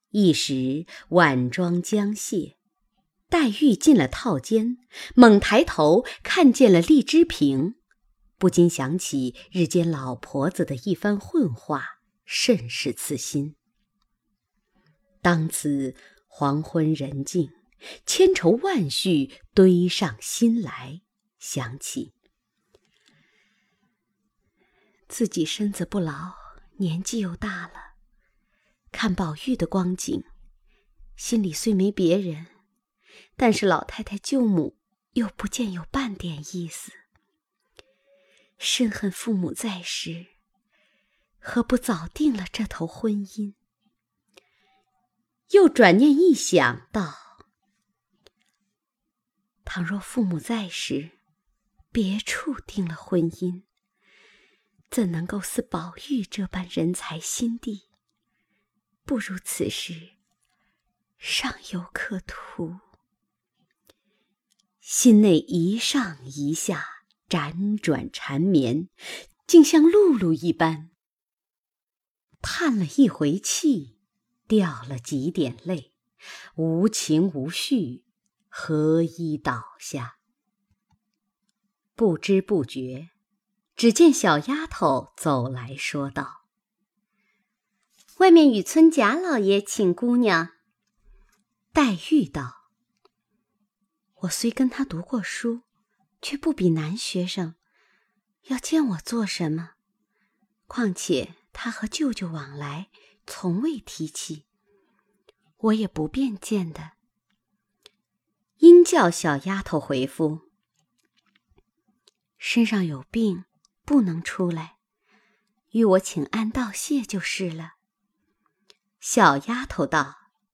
一时晚妆将卸，黛玉进了套间，猛抬头看见了荔枝瓶，不禁想起日间老婆子的一番混话，甚是刺心。当此黄昏人静，千愁万绪堆上心来，想起自己身子不牢，年纪又大了，看宝玉的光景，心里虽没别人，但是老太太舅母又不见有半点意思。深恨父母在时，何不早定了这头婚姻？又转念一想道，倘若父母在时，别处定了婚姻，怎能够似宝玉这般人才心地？不如此时尚有可图。心内一上一下，辗转缠绵，竟像露露一般，叹了一回气，掉了几点泪，无情无绪，合衣倒下。不知不觉，只见小丫头走来说道：外面雨村贾老爷请姑娘。黛玉道：我虽跟他读过书，却不比男学生，要见我做什么？况且他和舅舅往来，从未提起，我也不便见的。因叫小丫头回复：身上有病，不能出来，与我请安道谢就是了。小丫头道：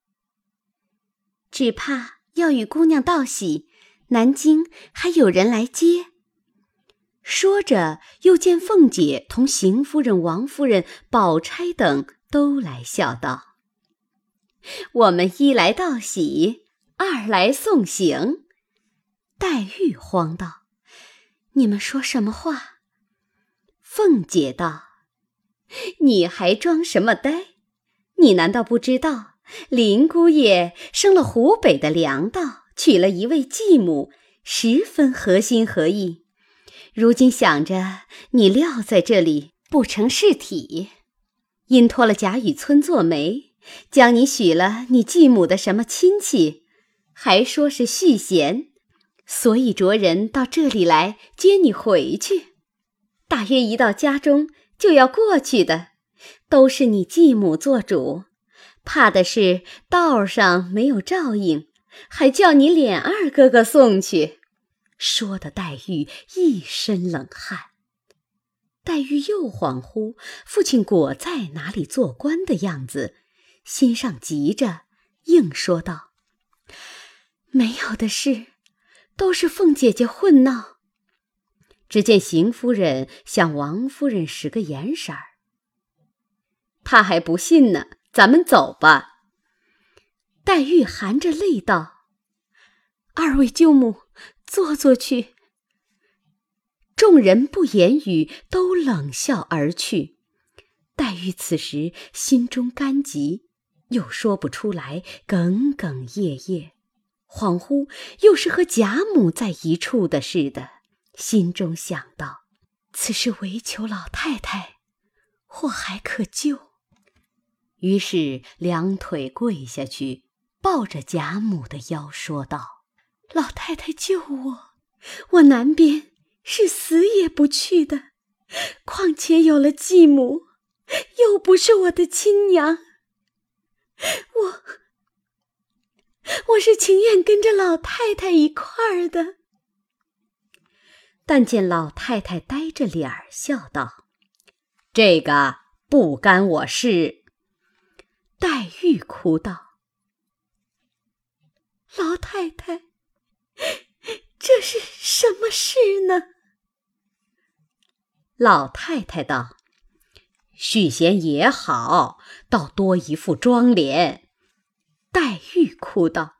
只怕要与姑娘道喜，南京还有人来接。说着，又见凤姐同邢夫人、王夫人、宝钗等都来笑道：我们一来道喜，二来送行。黛玉慌道：你们说什么话？凤姐道：你还装什么呆？你难道不知道林姑爷生了湖北的粮道，娶了一位继母，十分合心合意，如今想着你撂在这里不成事体，因托了贾雨村做媒，将你许了你继母的什么亲戚，还说是续弦，所以着人到这里来接你回去。大约一到家中就要过去的，都是你继母做主，怕的是道上没有照应，还叫你琏二哥哥送去。说的黛玉一身冷汗。黛玉又恍惚父亲果在哪里做官的样子，心上急着，硬说道：没有的事，都是凤姐姐混闹。只见邢夫人向王夫人使个眼色儿，她还不信呢，咱们走吧。黛玉含着泪道：二位舅母，坐坐去。众人不言语，都冷笑而去。黛玉此时心中干急，又说不出来，哽哽咽咽，恍惚又是和贾母在一处的似的，心中想到：此事唯求老太太，或还可救。于是两腿跪下去，抱着贾母的腰说道：老太太救我，我南边是死也不去的，况且有了继母，又不是我的亲娘，我是情愿跟着老太太一块儿的。但见老太太呆着脸儿笑道：这个不干我事。黛玉哭道：老太太，这是什么事呢？老太太道：续弦也好，倒多一副妆脸。黛玉哭道：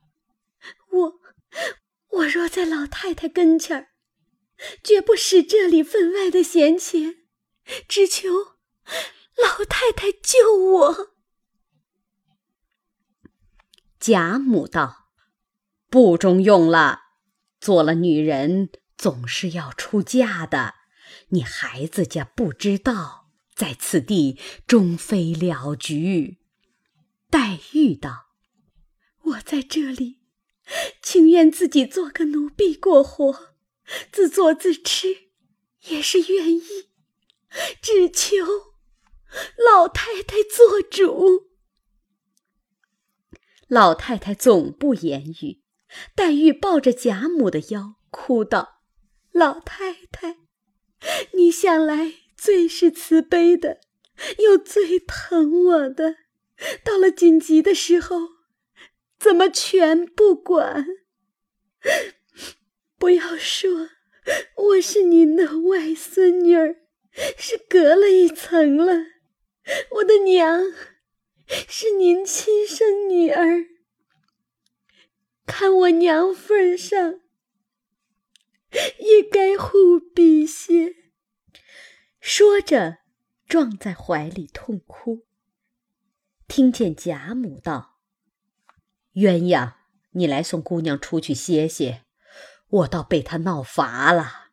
我若在老太太跟前儿，绝不使这里分外的闲钱，只求老太太救我。 贾母道：“不中用了，做了女人总是要出嫁的，你孩子家不知道，在此地终非了局。”黛玉道：“我在这里，情愿自己做个奴婢过活，自作自吃，也是愿意，只求老太太做主。”老太太总不言语，黛玉抱着贾母的腰，哭道：“老太太，你向来最是慈悲的，又最疼我的，到了紧急的时候，怎么全不管？不要说我是您的外孙女儿，是隔了一层了，我的娘是您亲生女儿，看我娘份上，也该护庇些。”说着撞在怀里痛哭。听见贾母道：“鸳鸯，你来送姑娘出去歇歇，我倒被她闹乏了。”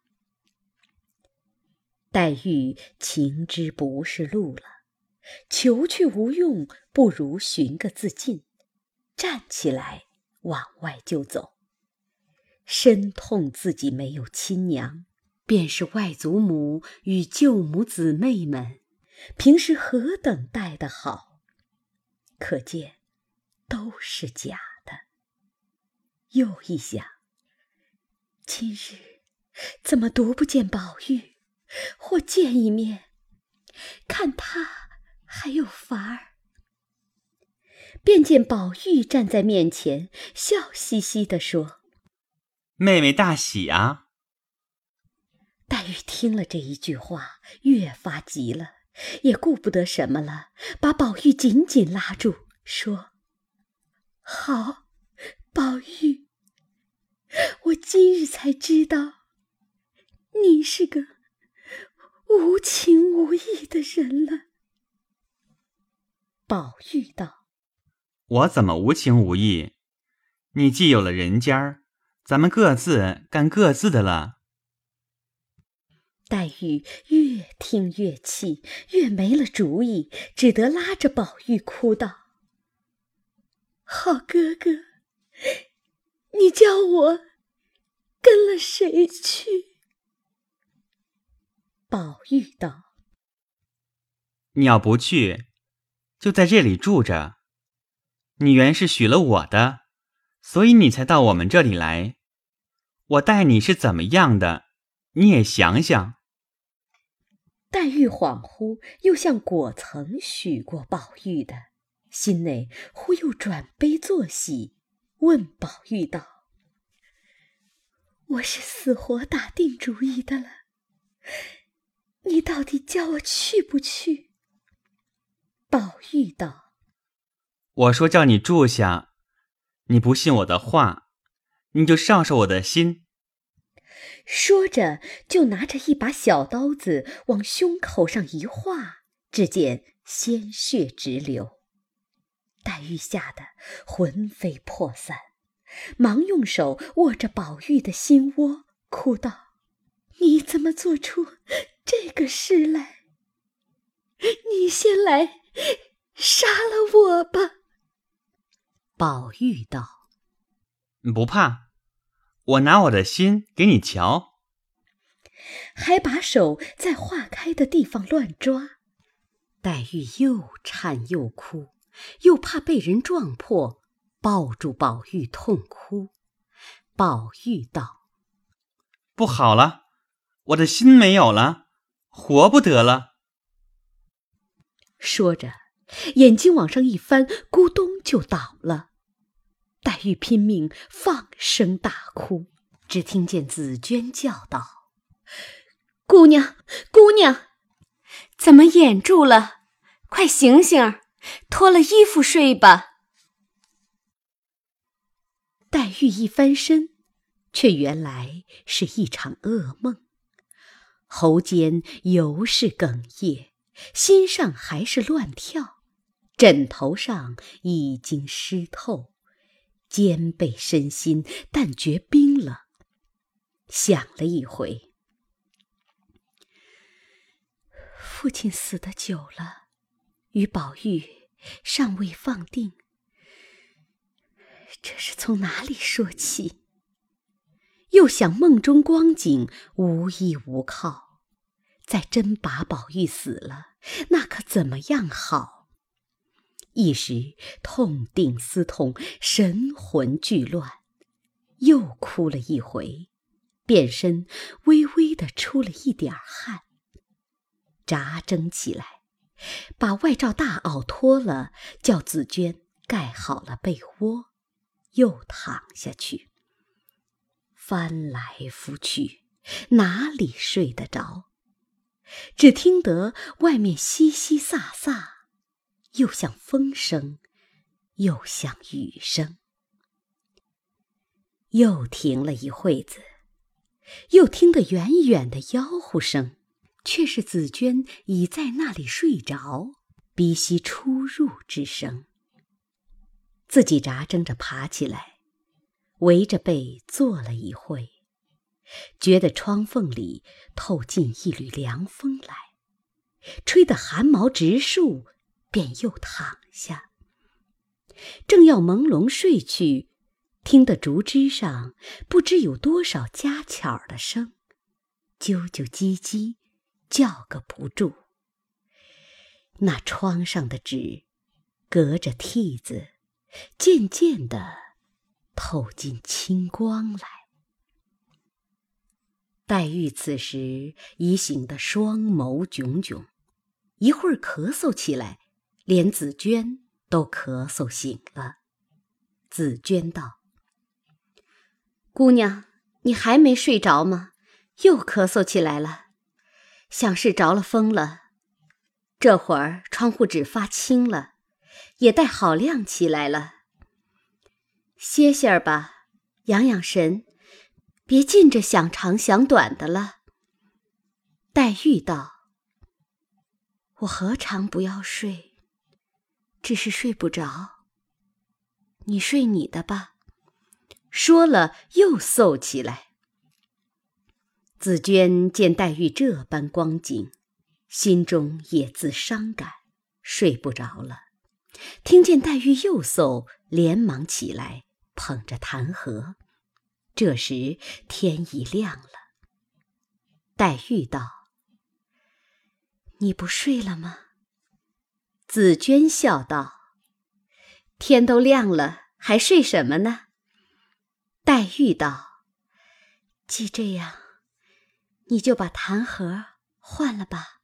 黛玉情知不是路了，求去无用，不如寻个自尽，站起来往外就走。深痛自己没有亲娘，便是外祖母与舅母姊妹们平时何等待得好，可见都是假的。又一想，今日怎么独不见宝玉，或见一面，看他还有法儿。便见宝玉站在面前，笑嘻嘻地说：“ 妹妹大喜啊！” 黛玉听了这一句话，越发急了，也顾不得什么了，把宝玉紧紧拉住，说：“好，宝玉，我今日才知道，你是个无情无义的人了。”宝玉道：“ 我怎么无情无义？你既有了人家，咱们各自干各自的了。” 黛玉越听越气，越没了主意，只得拉着宝玉哭道：“好哥哥，你叫我跟了谁去？”宝玉道：“ 你要不去，就在这里住着。你原是许了我的，所以你才到我们这里来。我待你是怎么样的，你也想想。” 黛玉恍惚，又像果曾许过宝玉的，心内忽又转悲作喜，问宝玉道：“我是死活打定主意的了，你到底叫我去不去？”宝玉道：“ 我说叫你住下，你不信我的话，你就少我的心。” 说着就拿着一把小刀子往胸口上一划，只见鲜血直流。黛玉吓得魂飞魄散，忙用手握着宝玉的心窝，哭道：“你怎么做出这个事来？你先来杀了我吧。”宝玉道：“ 不怕，我拿我的心给你瞧。” 还把手在化开的地方乱抓。黛玉又颤又哭，又怕被人撞破，抱住宝玉痛哭。宝玉道：“ 不好了，我的心没有了，活不得了。” 说着眼睛往上一翻，咕咚就倒了。黛玉拼命放声大哭，只听见紫鹃叫道：“姑娘，姑娘，怎么眼住了？快醒醒，脱了衣服睡吧。”黛玉一翻身，却原来是一场噩梦，喉间犹是哽咽，心上还是乱跳，枕头上已经湿透， 肩背身心，但觉冰冷。想了一回，父亲死得久了，与宝玉尚未放定，这是从哪里说起？又想梦中光景无依无靠，再真把宝玉死了，那可怎么样好？一时痛定思痛，神魂俱乱，又哭了一回，遍身微微地出了一点汗。扎针起来，把外罩大袄脱了，叫紫鹃盖好了被窝，又躺下去。翻来覆去，哪里睡得着？只听得外面淅淅飒飒，又像风声，又像雨声。又停了一会子，又听得远远的吆喝声，却是紫鹃已在那里睡着，鼻息出入之声。自己扎挣着爬起来，围着被坐了一会，觉得窗缝里透进一缕凉风来，吹得汗毛直竖，便又躺下。正要朦胧睡去，听得竹枝上不知有多少家巧的声，啾啾唧唧，叫个不住。那窗上的纸隔着屉子，渐渐地透进清光来。黛玉此时已醒得双眸炯炯，一会儿咳嗽起来，连紫鹃都咳嗽醒了。紫鹃道：姑娘，你还没睡着吗？又咳嗽起来了，想是着了风了。这会儿窗户纸发青了，也带好亮起来了。歇歇儿吧，养养神，别尽着想长想短的了。黛玉道：我何尝不要睡，只是睡不着。你睡你的吧。说了又嗽起来。紫鹃见黛玉这般光景，心中也自伤感，睡不着了。听见黛玉又嗽，连忙起来，捧着檀盒。这时天已亮了。黛玉道：你不睡了吗？紫鹃笑道：天都亮了，还睡什么呢？黛玉道：既这样，你就把檀盒换了吧。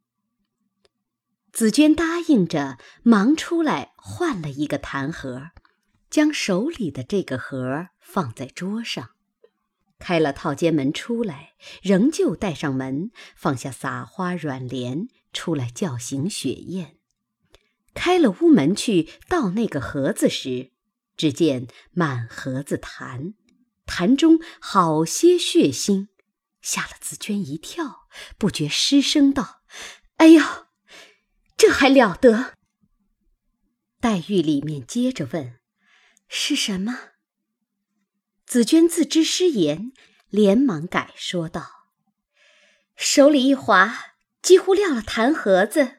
紫鹃答应着，忙出来换了一个檀盒，将手里的这个盒放在桌上，开了套间门出来，仍旧带上门，放下撒花软帘，出来叫醒雪雁。开了屋门去，到那个盒子时，只见满盒子檀，檀中好些血腥，吓了紫鹃一跳，不觉失声道：哎呦，这还了得！黛玉里面接着问：是什么？紫鹃自知失言，连忙改说道：手里一滑，几乎撂了檀盒子。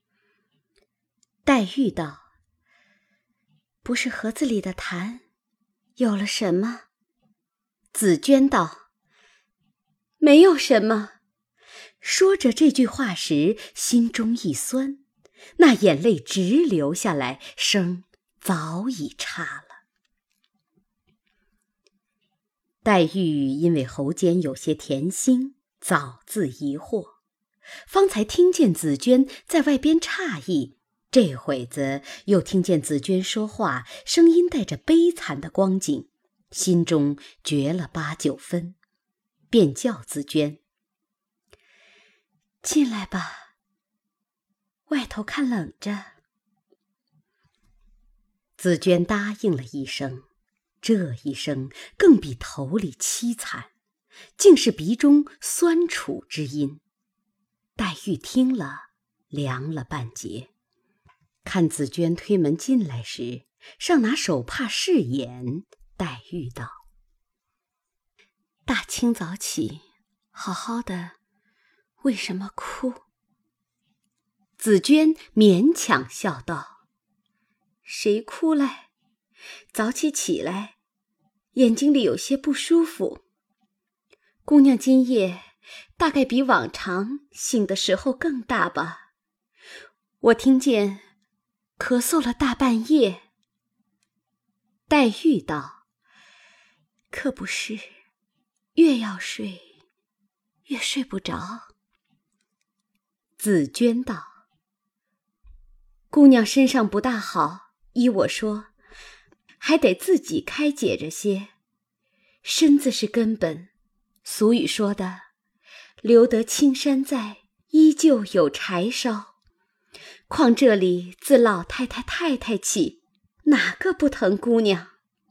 黛玉道：不是盒子里的檀有了什么？紫鹃道：没有什么。说着这句话时，心中一酸，那眼泪直流下来，声早已岔了。黛玉因为喉间有些甜腥，早自疑惑，方才听见紫鹃在外边诧异，这会子又听见紫鹃说话，声音带着悲惨的光景，心中觉了8、9分，便叫紫鹃：进来吧，外头看冷着。紫鹃答应了一声，这一声更比头里凄惨，竟是鼻中酸楚之音。黛玉听了，凉了半截。看紫鹃推门进来时， 上拿手帕拭眼。黛玉道：“大清早起，好好的，为什么哭？”紫鹃勉强笑道：“谁哭来？早起来，眼睛里有些不舒服。姑娘今夜大概比往常醒的时候更大吧？我听见咳嗽了大半夜。”黛玉道：“可不是，越要睡，越睡不着。”紫鹃道：“姑娘身上不大好，依我说，还得自己开解着些。身子是根本，俗语说的，留得青山在，依旧有柴烧。况这里自老太太起，哪个不疼姑娘？”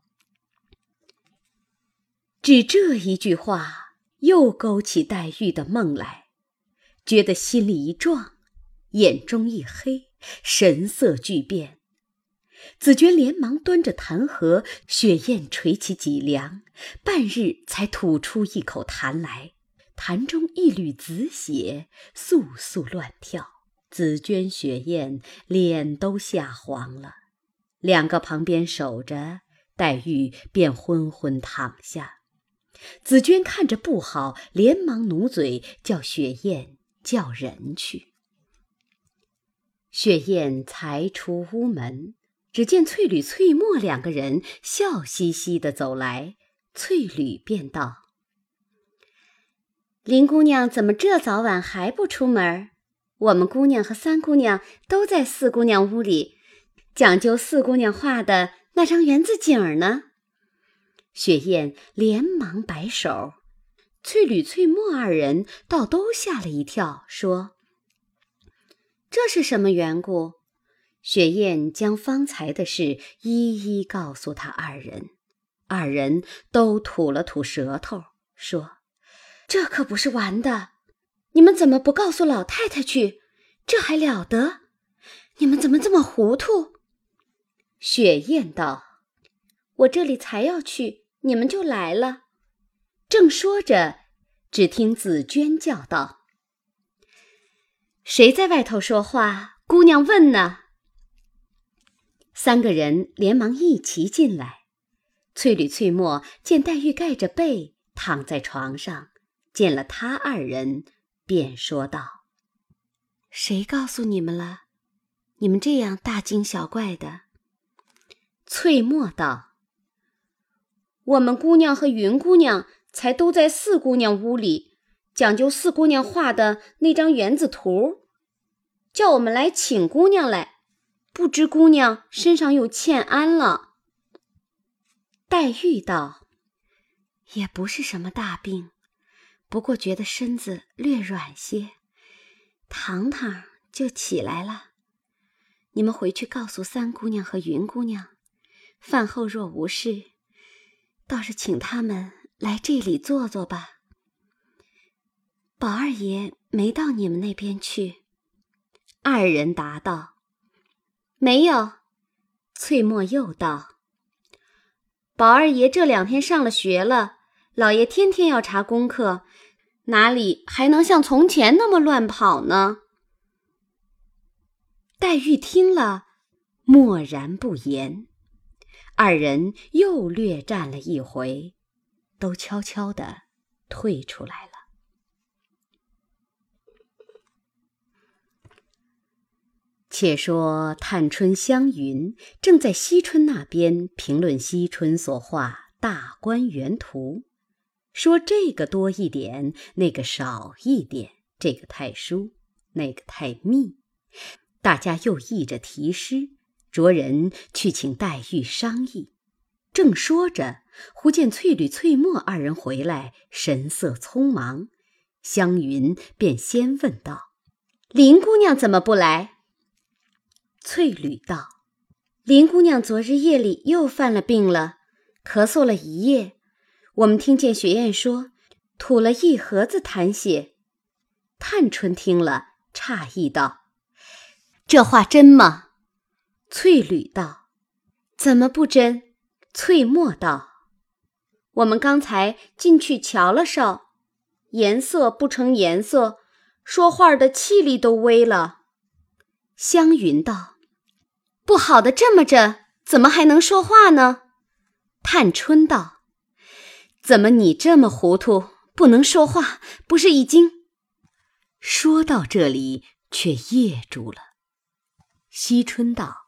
只这一句话，又勾起黛玉的梦来，觉得心里一壮，眼中一黑，神色巨变。紫鹃连忙端着痰盒，雪雁垂起脊梁，半日才吐出一口痰来，痰中一缕紫血簌簌乱跳。紫鹃、雪雁脸都吓黄了，两个旁边守着，黛玉便昏昏躺下。紫鹃看着不好，连忙努嘴叫雪雁叫人去。雪雁才出屋门，只见翠缕、翠墨两个人笑嘻嘻地走来。翠缕便道：“林姑娘怎么这早晚还不出门？我们姑娘和三姑娘都在四姑娘屋里，讲究四姑娘画的那张园子景呢。”雪雁连忙摆手，翠缕、翠墨二人倒都吓了一跳，说：“这是什么缘故？”雪雁将方才的事一一告诉他二人，二人都吐了吐舌头，说：“这可不是玩的，你们怎么不告诉老太太去？这还了得？你们怎么这么糊涂？”雪雁道：“我这里才要去，你们就来了。”正说着，只听紫鹃叫道：“谁在外头说话？姑娘问呢。”三个人连忙一齐进来。翠缕、翠墨见黛玉盖着被躺在床上，见了他二人，便说道：“谁告诉你们了？你们这样大惊小怪的？”翠墨道：“我们姑娘和云姑娘才都在四姑娘屋里，讲究四姑娘画的那张园子图，叫我们来请姑娘来，不知姑娘身上又欠安了。”黛玉道：“也不是什么大病，不过觉得身子略软些，躺躺就起来了。你们回去告诉三姑娘和云姑娘，饭后若无事，倒是请他们来这里坐坐吧。宝二爷没到你们那边去？”二人答道：“没有。”翠墨又道：“宝二爷这2天上了学了，老爷天天要查功课，哪里还能像从前那么乱跑呢？”黛玉听了，默然不言。二人又略战了一回，都悄悄地退出来了。且说探春、湘云正在惜春那边评论惜春所画大观园图，说这个多一点，那个少一点，这个太疏，那个太密。大家又议着题诗，着人去请黛玉商议。正说着，忽见翠缕、翠墨二人回来，神色匆忙。湘云便先问道：“林姑娘怎么不来？”翠缕道：“林姑娘昨日夜里又犯了病了，咳嗽了一夜。我们听见雪雁说，吐了1盒子痰血。”探春听了，诧异道：“这话真吗？”翠缕道：“ 怎么不真？翠墨道：我们刚才进去瞧了少，颜色不成颜色，说话的气力都微了。湘云道：不好的这么着，怎么还能说话呢？探春道：怎么你这么糊涂，不能说话，不是已经……说到这里却噎住了。惜春道：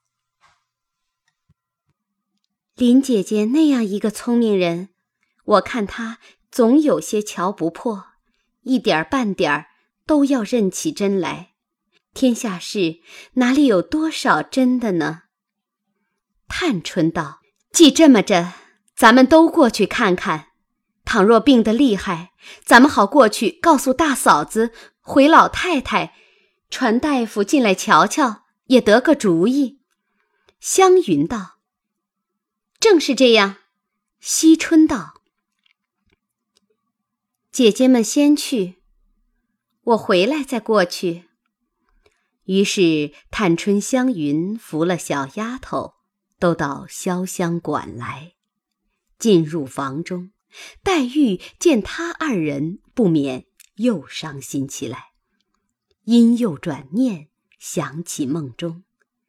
林姐姐那样一个聪明人，我看她总有些瞧不破，一点半点都要认起真来。天下事哪里有多少真的呢？探春道：既这么着，咱们都过去看看，倘若病得厉害，咱们好过去告诉大嫂子，回老太太，传大夫进来瞧瞧，也得个主意。湘云道：正是这样。惜春道：姐姐们先去，我回来再过去。于是探春、湘云扶了小丫头，都到潇湘馆来。进入房中，黛玉见他二人，不免又伤心起来，因又转念想起梦中，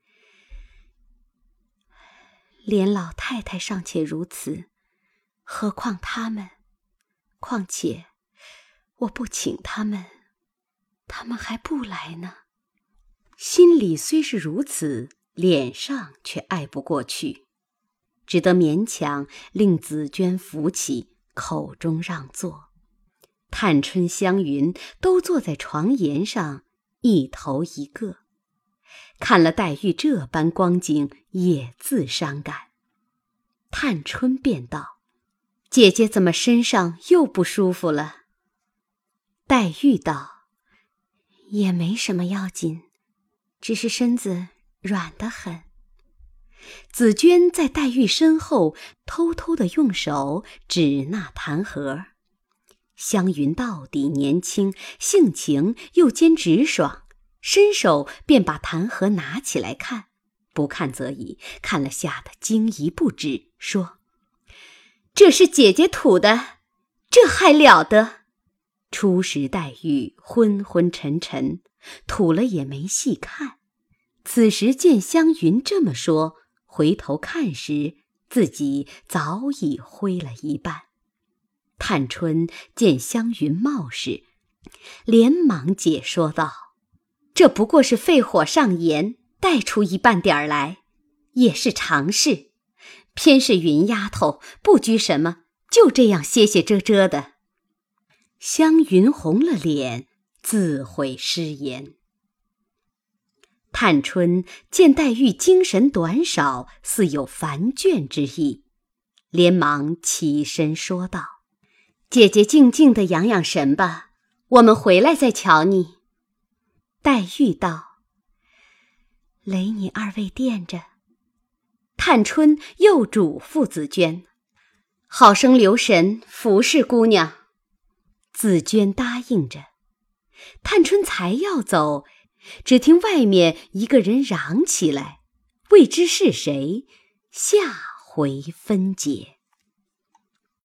连老太太尚且如此，何况他们？况且我不请他们，他们还不来呢。心里虽是如此，脸上却爱不过去，只得勉强令紫鹃扶起，口中让座。探春、湘云都坐在床沿上，一头一个，看了黛玉这般光景，也自伤感。探春便道：姐姐怎么身上又不舒服了？黛玉道：也没什么要紧，只是身子软得很。紫鹃在黛玉身后偷偷地用手指那弹盒。湘云到底年轻，性情又兼直爽，伸手便把弹盒拿起来看，不看则已，看了吓得惊疑不止，说：这是姐姐吐的，这还了得！初时黛玉昏昏沉沉，吐了也没细看，此时见湘云这么说，回头看时，自己早已灰了一半。探春见湘云冒失，连忙解说道：这不过是肺火上炎，带出一半点儿来，也是常事。偏是云丫头不拘什么，就这样歇歇遮遮的。湘云红了脸，自悔失言。探春见黛玉精神短少，似有烦倦之意，连忙起身说道：姐姐静静地养养神吧，我们回来再瞧你。黛玉道：累你二位垫着。探春又嘱咐紫鹃：好生留神服侍姑娘。紫鹃答应着。探春才要走，只听外面一个人嚷起来，未知是谁，下回分解。